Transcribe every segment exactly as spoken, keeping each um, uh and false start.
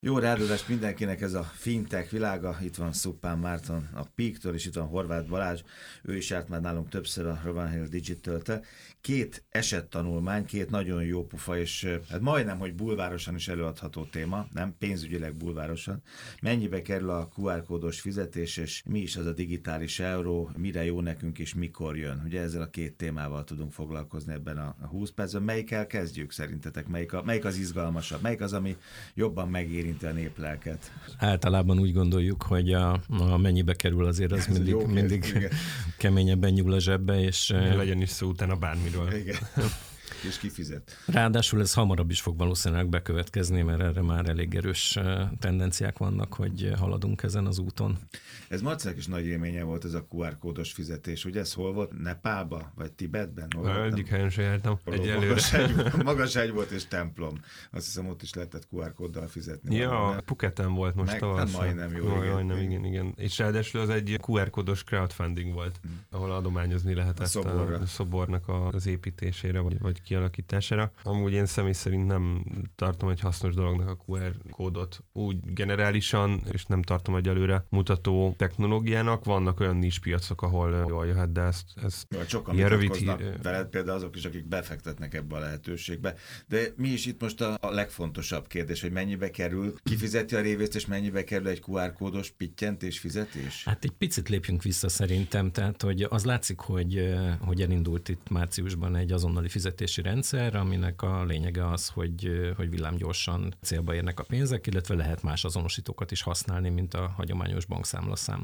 Jó ráadást mindenkinek, ez a fintech világa. Itt van Szuppán Márton a Peak-től, és itt van Horváth Balázs. Ő is járt már nálunk többször a Rowan Hill Digital-tel. Két esettanulmány, két nagyon jó pufa, és hát majdnem, hogy bulvárosan is előadható téma, nem pénzügyileg bulvárosan. Mennyibe kerül a kú er kódos fizetés, és mi is az a digitális euró, mire jó nekünk, és mikor jön? Ugye ezzel a két témával tudunk foglalkozni ebben a húsz percben. Melyikkel kezdjük szerintetek? Melyik, a, melyik az izgalmasabb? Melyik az, ami jobban megéri a néplelket? Általában úgy gondoljuk, hogy a, a mennyibe kerül azért, az mindig, mindig keményebben nyúl a zsebbe, és... Legyen is szó utána bármiről. Igen. És kifizet. Ráadásul ez hamarabb is fog valószínűleg bekövetkezni, mert erre már elég erős tendenciák vannak, hogy haladunk ezen az úton. Ez Marcinak is nagy élménye volt ez a kú er kódos fizetés, ugye ez hol volt? Nepálba? Vagy Tibetben? Egyik helyen se jártam. Magas egy, magas egy volt és templom. Azt hiszem ott is lehetett kú er kóddal fizetni. Ja, valami, Phuketen volt most tavasszal. Majdnem jó. Majd, igen. Majdnem, igen, igen. És ráadásul az egy kú er kódos crowdfunding volt, hmm. ahol adományozni lehetett a, a szobornak az építésére, vagy, vagy kialakítására. Amúgy én személy szerint nem tartom egy hasznos dolognak a kú er kódot úgy generálisan, és nem tartom egy előre mutató technológiának. Vannak olyan niche-piacok, ahol jól jöhet, de ezt, ezt jó, sokan vitatkoznak veled, például azok is, akik befektetnek ebbe a lehetőségbe. De mi is itt most a, a legfontosabb kérdés, hogy mennyibe kerül, kifizeti a révészt, és mennyibe kerül egy kú er kódos pittyentés, fizetés? Hát egy picit lépjünk vissza szerintem, tehát hogy az látszik, hogy, hogy elindult itt márciusban egy azonnali fizetési rendszer, aminek a lényege az, hogy, hogy villámgyorsan célba érnek a pénzek, illetve lehet más azonosítókat is használni, mint a hagyományos bankszámlaszám.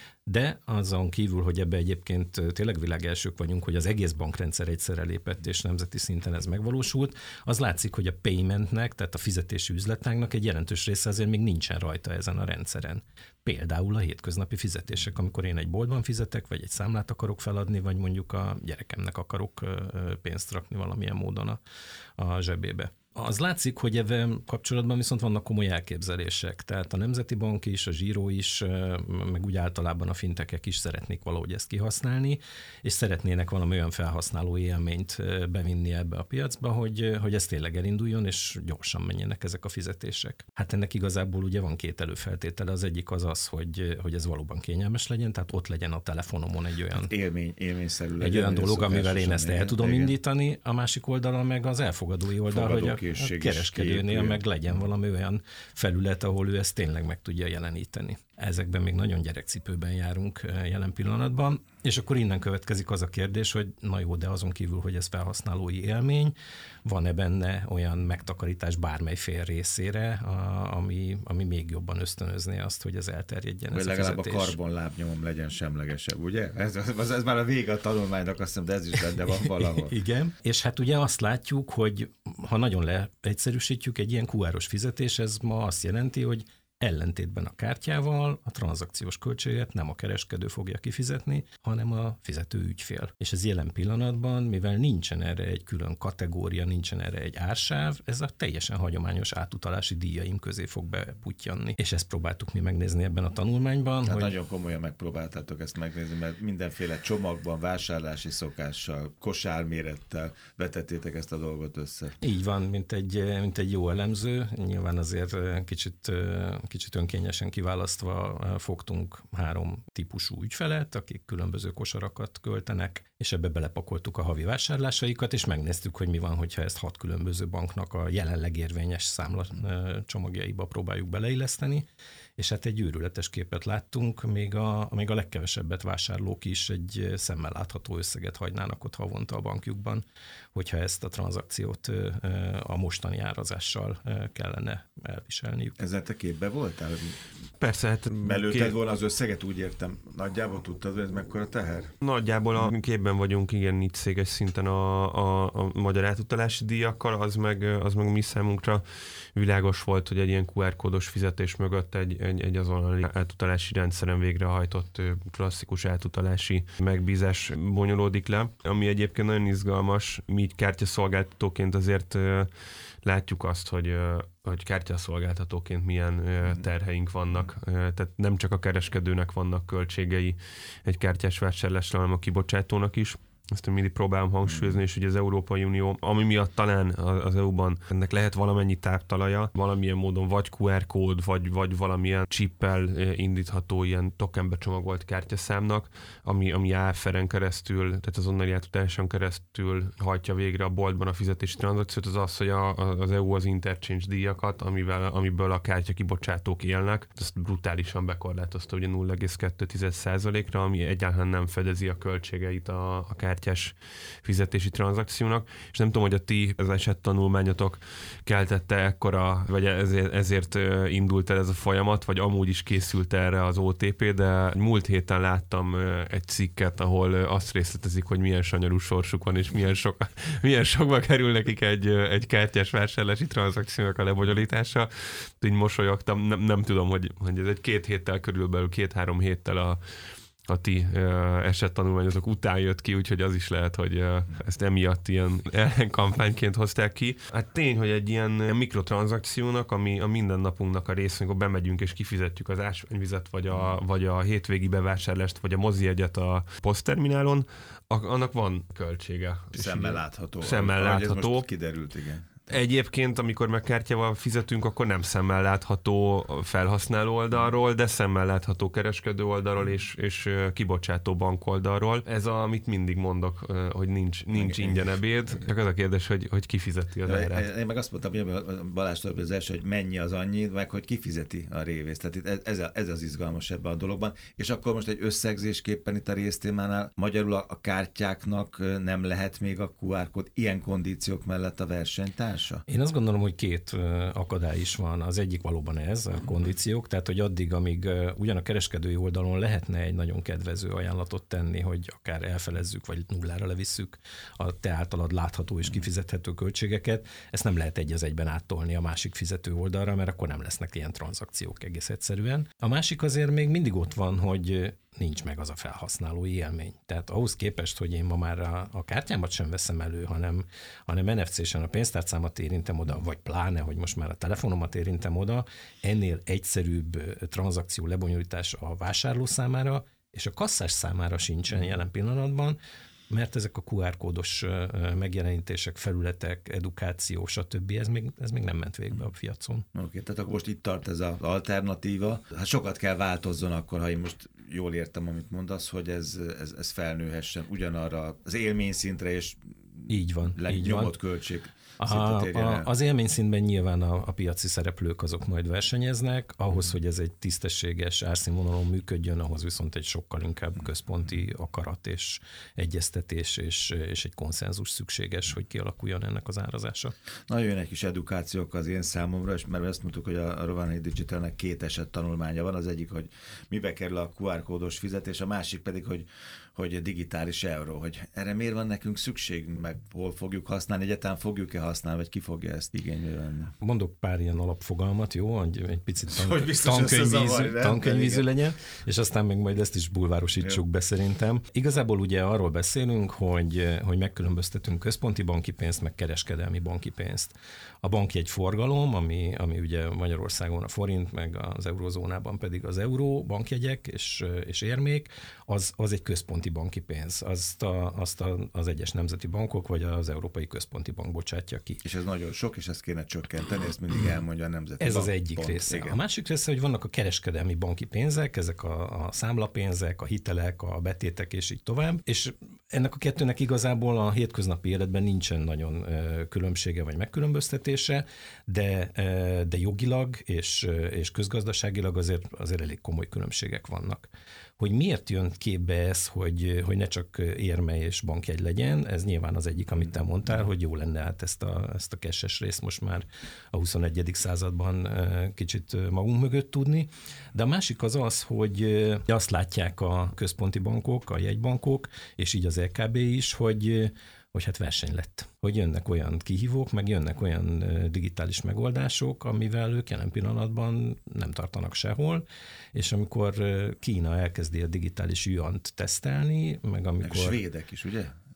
De azon kívül, hogy ebbe egyébként tényleg világelsők vagyunk, hogy az egész bankrendszer egyszerre lépett, és nemzeti szinten ez megvalósult, az látszik, hogy a paymentnek, tehát a fizetési üzletágnak egy jelentős része azért még nincsen rajta ezen a rendszeren. Például a hétköznapi fizetések, amikor én egy boltban fizetek, vagy egy számlát akarok feladni, vagy mondjuk a gyerekemnek akarok pénzt rakni valamilyen módon a, a zsebébe. Az látszik, hogy ebben kapcsolatban viszont vannak komoly elképzelések. Tehát a Nemzeti Bank is, a Zsíró is, meg úgy általában a fintekek is szeretnék valahogy ezt kihasználni, és szeretnének valami olyan felhasználó élményt bevinni ebbe a piacba, hogy, hogy ez tényleg elinduljon, és gyorsan menjenek ezek a fizetések. Hát ennek igazából ugye van két előfeltétele. Az egyik az az, hogy, hogy ez valóban kényelmes legyen, tehát ott legyen a telefonomon egy olyan, hát élmény, élményszerű legyen, egy olyan dolog, amivel én ezt el tudom igen. indítani, a másik oldalon meg az elfogadói oldal, hogy a a kereskedőnél meg legyen valami olyan felület, ahol ő ezt tényleg meg tudja jeleníteni. Ezekben még nagyon gyerekcipőben járunk jelen pillanatban, és akkor innen következik az a kérdés, hogy na jó, de azon kívül, hogy ez felhasználói élmény, van-e benne olyan megtakarítás bármely fél részére, a, ami, ami még jobban ösztönözné azt, hogy ez elterjedjen. Vagy ez legalább a, a karbonlábnyomom legyen semlegesebb, ugye? Ez, ez, ez már a vége a tanulmánynak, azt hiszem, de ez is benne van valahol. Igen, és hát ugye azt látjuk, hogy ha nagyon leegyszerűsítjük, egy ilyen kú er-os fizetés, ez ma azt jelenti, hogy ellentétben a kártyával a tranzakciós költséget nem a kereskedő fogja kifizetni, hanem a fizető ügyfél. És ez jelen pillanatban, mivel nincsen erre egy külön kategória, nincsen erre egy ársáv, ez a teljesen hagyományos átutalási díjaim közé fog beputtyanni. És ezt próbáltuk mi megnézni ebben a tanulmányban. Hát hogy... nagyon komolyan megpróbáltátok ezt megnézni, mert mindenféle csomagban, vásárlási szokással, kosármérettel vetettétek ezt a dolgot össze. Így van, mint egy, mint egy jó elemző. Nyilván azért kicsit Kicsit önkényesen kiválasztva fogtunk három típusú ügyfelet, akik különböző kosarakat költenek, és ebbe belepakoltuk a havi vásárlásaikat, és megnéztük, hogy mi van, hogyha ezt hat különböző banknak a jelenleg érvényes számla csomagjaiba próbáljuk beleilleszteni, és hát egy őrületes képet láttunk, még a, még a legkevesebbet vásárlók is egy szemmel látható összeget hagynának ott havonta a bankjukban, hogyha ezt a tranzakciót a mostani árazással kellene elviselniük. Ezzel te képbe voltál? Persze, hát... Belőtted kép... volna az összeget, úgy értem. Nagyjából tudtad, hogy ez mekkora teher? Nagyjából a képben vagyunk, igen, itt céges szinten a, a, a magyar átutalási díjakkal, az meg, az meg mi számunkra világos volt, hogy egy ilyen kú er kódos fizetés mögött egy, egy, egy azonnali átutalási rendszeren végrehajtott klasszikus átutalási megbízás bonyolódik le, ami egyébként nagyon izgalmas. Mi így kártyaszolgáltatóként azért látjuk azt, hogy, hogy kártyaszolgáltatóként milyen terheink vannak. Tehát nem csak a kereskedőnek vannak költségei egy kártyás vásárlásra, hanem a kibocsátónak is. ezt mindig próbálom hangsúlyozni, és ugye az Európai Unió, ami miatt talán az é u-ban ennek lehet valamennyi táptalaja, valamilyen módon vagy kú er kód, vagy, vagy valamilyen chippel indítható ilyen tokenbe csomagolt kártyaszámnak, ami, ami áferen keresztül, tehát azonnali átutaláson keresztül hajtja végre a boltban a fizetési tranzakciót, az az, hogy a, az é u az interchange díjakat, amivel, amiből a kártya kibocsátók élnek, ezt brutálisan bekorlátozta ugye nulla egész kettő százalékra, ami egyáltalán nem fedezi a költségeit a, a kártyás fizetési tranzakciónak, és nem tudom, hogy a ti az esettanulmányotok keltette ekkora, vagy ezért, ezért indult el ez a folyamat, vagy amúgy is készült erre az o té pé, de múlt héten láttam egy cikket, ahol azt részletezik, hogy milyen sanyarú sorsuk van, és milyen, sok, milyen sokba kerül nekik egy, egy kártyás vásárlási tranzakciónak a lebonyolítása. Így mosolyogtam, nem, nem tudom, hogy, hogy ez egy két héttel körülbelül, két-három héttel a a ti uh, esettanulmányotok után jött ki, úgyhogy az is lehet, hogy uh, ezt emiatt ilyen ellenkampányként hozták ki. Hát tény, hogy egy ilyen mikrotranszakciónak, ami a mindennapunknak a része, amikor bemegyünk és kifizetjük az ásványvizet, vagy a, vagy a hétvégi bevásárlást, vagy a mozijegyet a posztterminálon, annak van költsége. Szemmel látható. Szemmel látható. Most kiderült, igen. Egyébként, amikor meg kártyával fizetünk, akkor nem szemmel látható felhasználó oldalról, de szemmel látható kereskedő oldalról és, és kibocsátó bank oldalról. Ez a, amit mindig mondok, hogy nincs, nincs ingyen ebéd. Csak az a kérdés, hogy, hogy ki fizeti az árát. Én meg azt mondtam, hogy Balástól az első, hogy mennyi az annyi, meg hogy ki fizeti a révészt. Tehát itt ez, ez az izgalmas ebben a dologban. És akkor most egy összegzésképpen itt a résztémánál magyarul a, a kártyáknak nem lehet még a kú er kód ilyen kondíciók mellett a versenytárs? Én azt gondolom, hogy két akadály is van. Az egyik valóban ez, a kondíciók, tehát hogy addig, amíg ugyan a kereskedői oldalon lehetne egy nagyon kedvező ajánlatot tenni, hogy akár elfelezzük, vagy nullára levisszük a te általad látható és kifizethető költségeket, ezt nem lehet egy az egyben áttolni a másik fizető oldalra, mert akkor nem lesznek ilyen tranzakciók egész egyszerűen. A másik azért még mindig ott van, hogy nincs meg az a felhasználói élmény. Tehát ahhoz képest, hogy én ma már a, a kártyámat sem veszem elő, hanem, hanem en ef cé-sen a pénztárcámat érintem oda, vagy pláne, hogy most már a telefonomat érintem oda, ennél egyszerűbb tranzakció lebonyolítás a vásárló számára, és a kasszás számára sincsen jelen pillanatban, mert ezek a kú er kódos megjelenítések, felületek, edukáció, stb. Ez még, ez még nem ment végbe a piacon. Oké, okay, tehát akkor most itt tart ez az alternatíva. Hát sokat kell változzon akkor, ha én most jól értem, amit mondasz, hogy ez, ez, ez felnőhessen ugyanarra az élményszintre, és így van, így van. költség. A, a, az élményszintben nyilván a, a piaci szereplők azok majd versenyeznek, ahhoz, hogy ez egy tisztességes árszínvonalon működjön, ahhoz viszont egy sokkal inkább központi akarat és egyeztetés és, és egy konszenzus szükséges, hogy kialakuljon ennek az árazása. Nagyon jönnek is edukációk az én számomra, és mert ezt mondtuk, hogy a Rowanhill Digitalnek két eset tanulmánya van, az egyik, hogy mibe kerül a kú er kódos fizetés, a másik pedig, hogy hogy digitális euró, hogy erre miért van nekünk szükségünk, meg hol fogjuk használni, egyáltalán fogjuk-e használni, vagy ki fogja ezt igénybe venni. Mondok pár ilyen alapfogalmat, jó, hogy egy picit tank, tankönyvízű, tankönyvízű legyen, és aztán még majd ezt is bulvárosítsuk jó. be szerintem. Igazából ugye arról beszélünk, hogy, hogy megkülönböztetünk központi banki pénzt, meg kereskedelmi banki pénzt. A banki egy forgalom, ami, ami ugye Magyarországon a forint, meg az eurózónában pedig az euró, bankjegyek és, és érmék, az, az egy központi banki pénz. Azt, a, azt a, az egyes nemzeti bankok, vagy az Európai Központi Bank bocsátja ki. És ez nagyon sok, és ezt kéne csökkenteni, ezt mindig elmondja a nemzeti Ez bank, az egyik bank. része. Igen. A másik része, hogy vannak a kereskedelmi banki pénzek, ezek a, a számlapénzek, a hitelek, a betétek, és így tovább. És ennek a kettőnek igazából a hétköznapi életben nincsen nagyon különbsége vagy megkülönböztetése, de, de jogilag és, és közgazdaságilag azért, azért elég komoly különbségek vannak. Hogy miért jön képbe ez, hogy, hogy ne csak érme és bankjegy legyen, ez nyilván az egyik, amit te mondtál, hogy jó lenne hát ezt a, ezt a cash-es részt most már a huszonegyedik században kicsit magunk mögött tudni. De a másik az az, hogy azt látják a központi bankok, a jegybankok, és így az é ká bé is, hogy hogy hát verseny lett. Hogy jönnek olyan kihívók, meg jönnek olyan digitális megoldások, amivel ők jelen pillanatban nem tartanak sehol, és amikor Kína elkezdi a digitális juant tesztelni, meg amikor... Meg svédek is, ugye?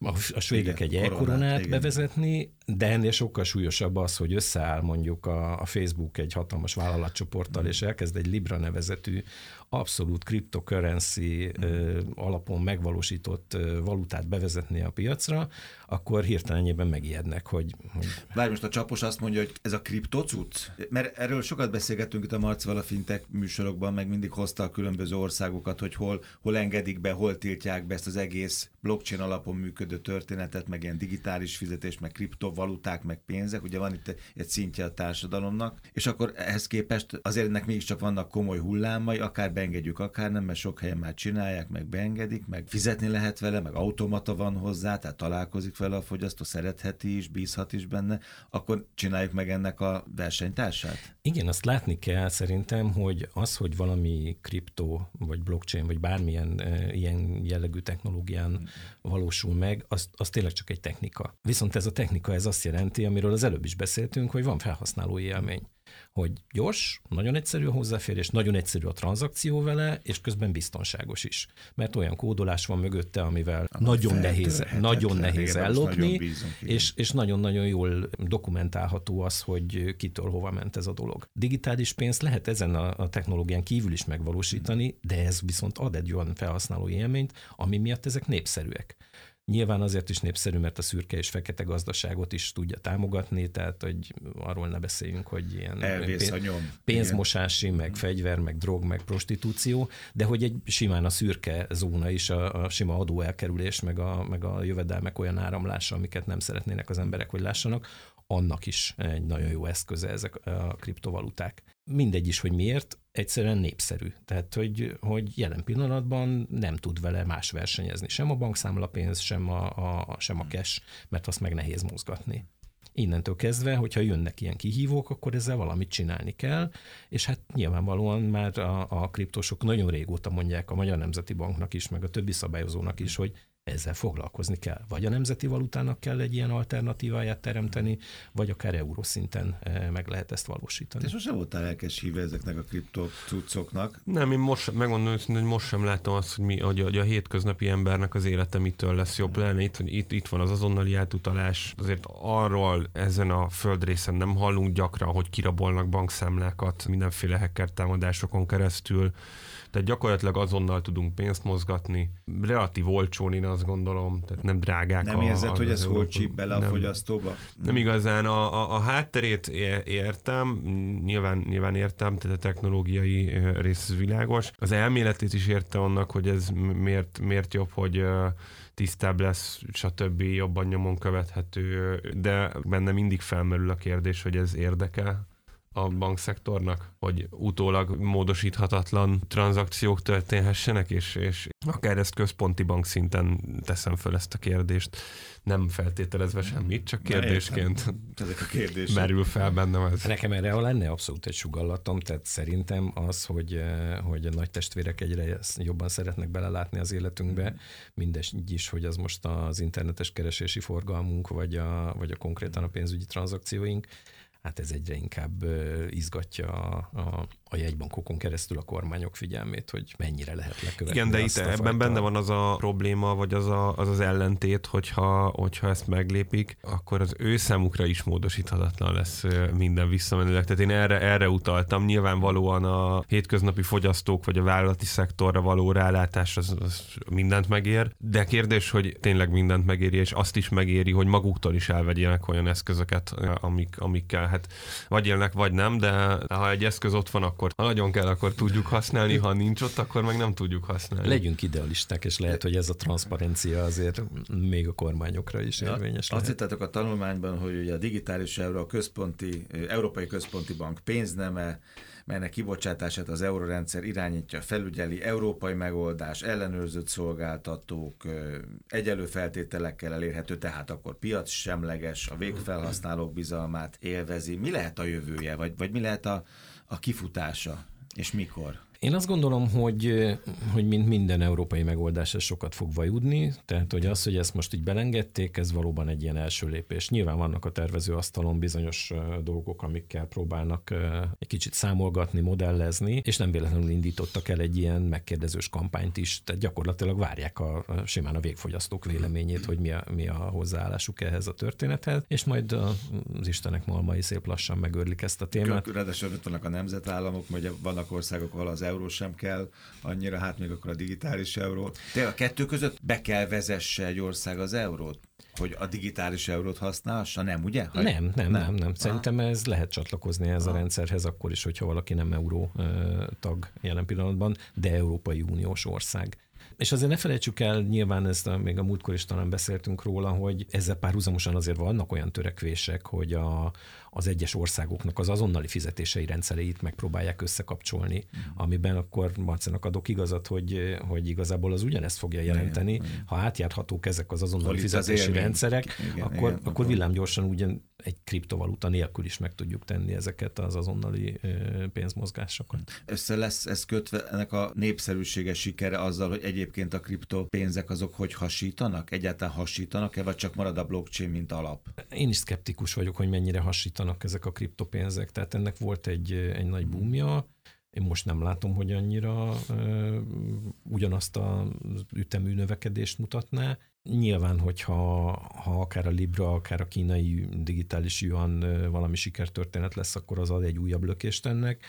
a, a svédek egy e-koronát bevezetni, de ennél sokkal súlyosabb az, hogy összeáll mondjuk a, a Facebook egy hatalmas vállalatcsoporttal, mm. és elkezd egy Libra nevezetű abszolút cryptocurrency mm. ö, alapon megvalósított ö, valutát bevezetni a piacra, akkor hirtelenjében megijednek, hogy... hogy... Várj, most a Csapos azt mondja, hogy ez a kriptocucc? Mert erről sokat beszélgettünk itt a Marcival a fintech műsorokban, meg mindig hozta a különböző országokat, hogy hol, hol engedik be, hol tiltják be ezt az egész blockchain alapon működő történetet, meg ilyen digitális fizetés, meg kriptovaluták, meg pénzek, ugye van itt egy szintje a társadalomnak, és akkor ehhez képest azért ennek mégiscsak vannak komoly hullámai, akár beengedjük, akár nem, mert sok helyen már csinálják, meg beengedik, meg fizetni lehet vele, meg automata van hozzá, tehát találkozik vele a fogyasztó, szeretheti is, bízhat is benne, akkor csináljuk meg ennek a versenytársát? Igen, azt látni kell szerintem, hogy az, hogy valami kripto, vagy blockchain, vagy bármilyen e, ilyen jellegű technológián hmm. valósul meg, az, az tényleg csak egy technika. Viszont ez a technika, ez azt jelenti, amiről az előbb is beszéltünk, hogy van felhasználói élmény. Hogy gyors, nagyon egyszerű a hozzáférés, nagyon egyszerű a tranzakció vele, és közben biztonságos is. Mert olyan kódolás van mögötte, amivel a nagyon nehéz, nagyon nehéz ellopni, és, és nagyon-nagyon jól dokumentálható az, hogy kitől hova ment ez a dolog. Digitális pénzt lehet ezen a, a technológián kívül is megvalósítani, de ez viszont ad egy olyan felhasználói élményt, ami miatt ezek népszerűek. Nyilván azért is népszerű, mert a szürke és fekete gazdaságot is tudja támogatni, tehát hogy arról ne beszéljünk, hogy ilyen pénz, pénzmosási, igen. meg fegyver, meg drog, meg prostitúció, de hogy egy simán a szürke zóna is, a, a sima adóelkerülés, meg a, meg a jövedelmek olyan áramlása, amiket nem szeretnének az emberek, hogy lássanak, annak is egy nagyon jó eszköze ezek a kriptovaluták. Mindegy is, hogy miért, egyszerűen népszerű. Tehát, hogy, hogy jelen pillanatban nem tud vele más versenyezni. Sem a bankszámlapénz, sem a, a, sem a cash, mert azt meg nehéz mozgatni. Innentől kezdve, hogyha jönnek ilyen kihívók, akkor ezzel valamit csinálni kell, és hát nyilvánvalóan már a, a kriptósok nagyon régóta mondják a Magyar Nemzeti Banknak is, meg a többi szabályozónak is, hogy ezzel foglalkozni kell. Vagy a nemzeti valutának kell egy ilyen alternatíváját teremteni, vagy akár euroszinten meg lehet ezt valósítani. Te sosem voltál lelkes híve ezeknek a kriptocuccoknak? Nem, én most megmondom, hogy most sem látom azt, hogy, mi, hogy, a, hogy a hétköznapi embernek az élete mitől lesz jobb lenni. Itt, itt, itt van az azonnali átutalás. Azért arról ezen a földrészen nem hallunk gyakran, hogy kirabolnak bankszámlákat mindenféle hacker támadásokon keresztül. Tehát gyakorlatilag azonnal tudunk pénzt mozgatni. Relatív olcsón, én azt gondolom, tehát nem drágák. Nem érzed, a, hogy ez hol csíp bele nem, a fogyasztóba? Nem igazán. A, a, a hátterét értem, nyilván, nyilván értem, tehát a technológiai rész világos. Az elméletét is értem annak, hogy ez miért, miért jobb, hogy tisztább lesz, stb. Jobban nyomon követhető, de benne mindig felmerül a kérdés, hogy ez érdekel a bankszektornak, hogy utólag módosíthatatlan tranzakciók történhessenek, és, és akár ezt központi bank szinten teszem föl ezt a kérdést, nem feltételezve semmit, csak kérdésként ezek a kérdések merül fel bennem ez. Nekem erre lenne abszolút egy sugallatom, tehát szerintem az, hogy, hogy a nagy testvérek egyre jobban szeretnek belelátni az életünkbe, mindegy is, hogy az most az internetes keresési forgalmunk, vagy a, vagy a konkrétan a pénzügyi tranzakcióink, hát ez egyre inkább izgatja a, a, a jegybankokon keresztül a kormányok figyelmét, hogy mennyire lehet lekövetni. Igen, de itt ebben fajta... benne van az a probléma, vagy az a, az, az ellentét, hogyha, hogyha ezt meglépik, akkor az ő számukra is módosíthatatlan lesz minden visszamenőleg. Tehát én erre, erre utaltam. Nyilvánvalóan a hétköznapi fogyasztók, vagy a vállalati szektorra való rálátás az, az mindent megér, de kérdés, hogy tényleg mindent megéri, és azt is megéri, hogy maguktól is elvegyenek olyan eszközöket, amik, amikkel hát vagy élnek, vagy nem, de ha egy eszköz ott van, akkor ha nagyon kell, akkor tudjuk használni, ha nincs ott, akkor meg nem tudjuk használni. Legyünk idealisták, és lehet, hogy ez a transzparencia azért még a kormányokra is érvényes ja, lehet. Azt hittátok a tanulmányban, hogy ugye a digitális euró, a központi, Európai Központi Bank pénzneme, melynek kibocsátását az eurórendszer irányítja, felügyeli, európai megoldás, ellenőrzött szolgáltatók, egyenlő feltételekkel elérhető, tehát akkor piacsemleges, a végfelhasználók bizalmát élvezi. Mi lehet a jövője, vagy, vagy mi lehet a, a kifutása, és mikor? Én azt gondolom, hogy, hogy mint minden európai megoldás, ez sokat fog vajudni, tehát hogy az, hogy ezt most így belengedték, ez valóban egy ilyen első lépés. Nyilván vannak a tervezőasztalon bizonyos dolgok, amikkel próbálnak egy kicsit számolgatni, modellezni, és nem véletlenül indítottak el egy ilyen megkérdezős kampányt is, tehát gyakorlatilag várják a, simán a végfogyasztók véleményét, hogy mi a, mi a hozzáállásuk ehhez a történethez, és majd az istenek malmai szép lassan megőrlik ezt a témát. Ráadásul ott vannak a nemzetállamok, vagy vannak országok, ahol az euró sem kell annyira, hát még akkor a digitális euró. Tényleg a kettő között be kell vezesse egy ország az eurót? Hogy a digitális eurót használhassa? Nem, ugye? Nem, nem, nem, nem. nem. Szerintem ez lehet csatlakozni ez a rendszerhez akkor is, hogyha valaki nem euró tag jelen pillanatban, de Európai Uniós ország. És azért ne felejtsük el, nyilván ezt a, még a múltkor is talán beszéltünk róla, hogy ezzel párhuzamosan azért vannak olyan törekvések, hogy a, az egyes országoknak az azonnali fizetései rendszereit megpróbálják összekapcsolni, mm. amiben akkor Marcinak adok igazat, hogy, hogy igazából az ugyanezt fogja jelenteni. Igen, ha átjárhatók ezek az azonnali fizetési az rendszerek, igen, akkor, igen, akkor villámgyorsan ugyan egy kriptovaluta nélkül is meg tudjuk tenni ezeket az azonnali pénzmozgásokat. Össze lesz ez kötve ennek a népszerűsége sikere azzal, hogy egyébként a kriptopénzek azok hogy hasítanak? Egyáltalán hasítanak-e, vagy csak marad a blockchain, mint alap? Én is szkeptikus vagyok, hogy mennyire hasítanak ezek a kriptopénzek. Tehát ennek volt egy, egy nagy boomja. Én most nem látom, hogy annyira ö, ugyanazt az ütemű növekedést mutatná. Nyilván, hogyha ha akár a Libra, akár a kínai digitális yuan valami sikertörténet lesz, akkor az ad egy újabb lökést ennek,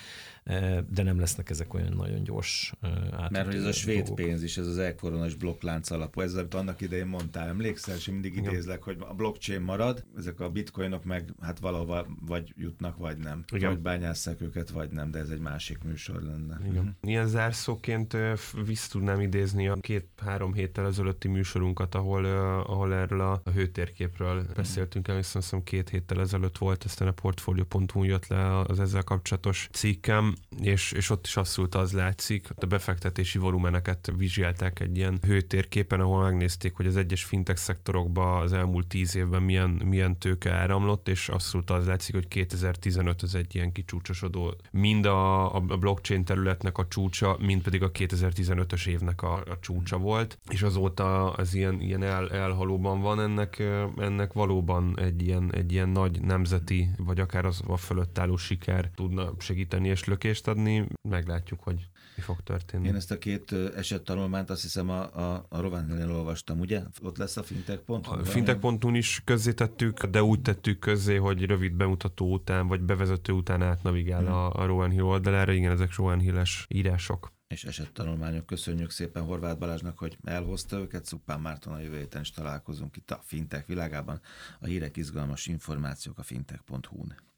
de nem lesznek ezek olyan nagyon gyors átütő. Mert hogy ez a svéd dolgok. Pénz is, ez az e-koronas blokklánc alapú, ez amit annak idején mondtál, emlékszel, és mindig idézlek, hogy a blockchain marad, ezek a bitcoinok meg hát valahova vagy jutnak, vagy nem. Igen. Vagy bányásszák őket, vagy nem, de ez egy másik műsor lenne. Igen. Ilyen zárszóként vissza tudnám idézni a két-három héttel ezelőtti műsorunkat, ahol, ahol erről a hőtérképről beszéltünk el, viszont hiszem két héttel ezelőtt volt, aztán a portfolio pont hu jött le az ezzel kapcsolatos cikkem, és, és ott is abszolút az látszik, a befektetési volumeneket vizsgálták egy ilyen hőtérképen, ahol megnézték, hogy az egyes fintech szektorokban az elmúlt tíz évben milyen, milyen tőke áramlott, és abszolút az látszik, hogy kétezer-tizenöt az egy ilyen kicsúcsosodó, mind a, a blockchain területnek a csúcsa, mind pedig a kétezer-tizenötös évnek a, a csúcsa volt, és azóta az ilyen, ilyen el, elhalóban van, ennek, ennek valóban egy ilyen, egy ilyen nagy nemzeti, vagy akár az a fölött álló siker tudna segíteni és lökést adni. Meglátjuk, hogy mi fog történni. Én ezt a két esettanulmányt azt hiszem a, a, a Rowan Hill-en olvastam, ugye? Ott lesz a fintech pont hu. A fintech pont hu-n is közzétettük, de úgy tettük közzé, hogy rövid bemutató után, vagy bevezető után átnavigál hmm. a, a Rowan Hill oldalára. Igen, ezek Rowan Hill-es írások. És esettanulmányok. Köszönjük szépen Horváth Balázsnak, hogy elhozta őket. Szuppán Márton, a jövő héten is találkozunk itt a fintech világában. A hírek, izgalmas információk a fintech pont hu-n.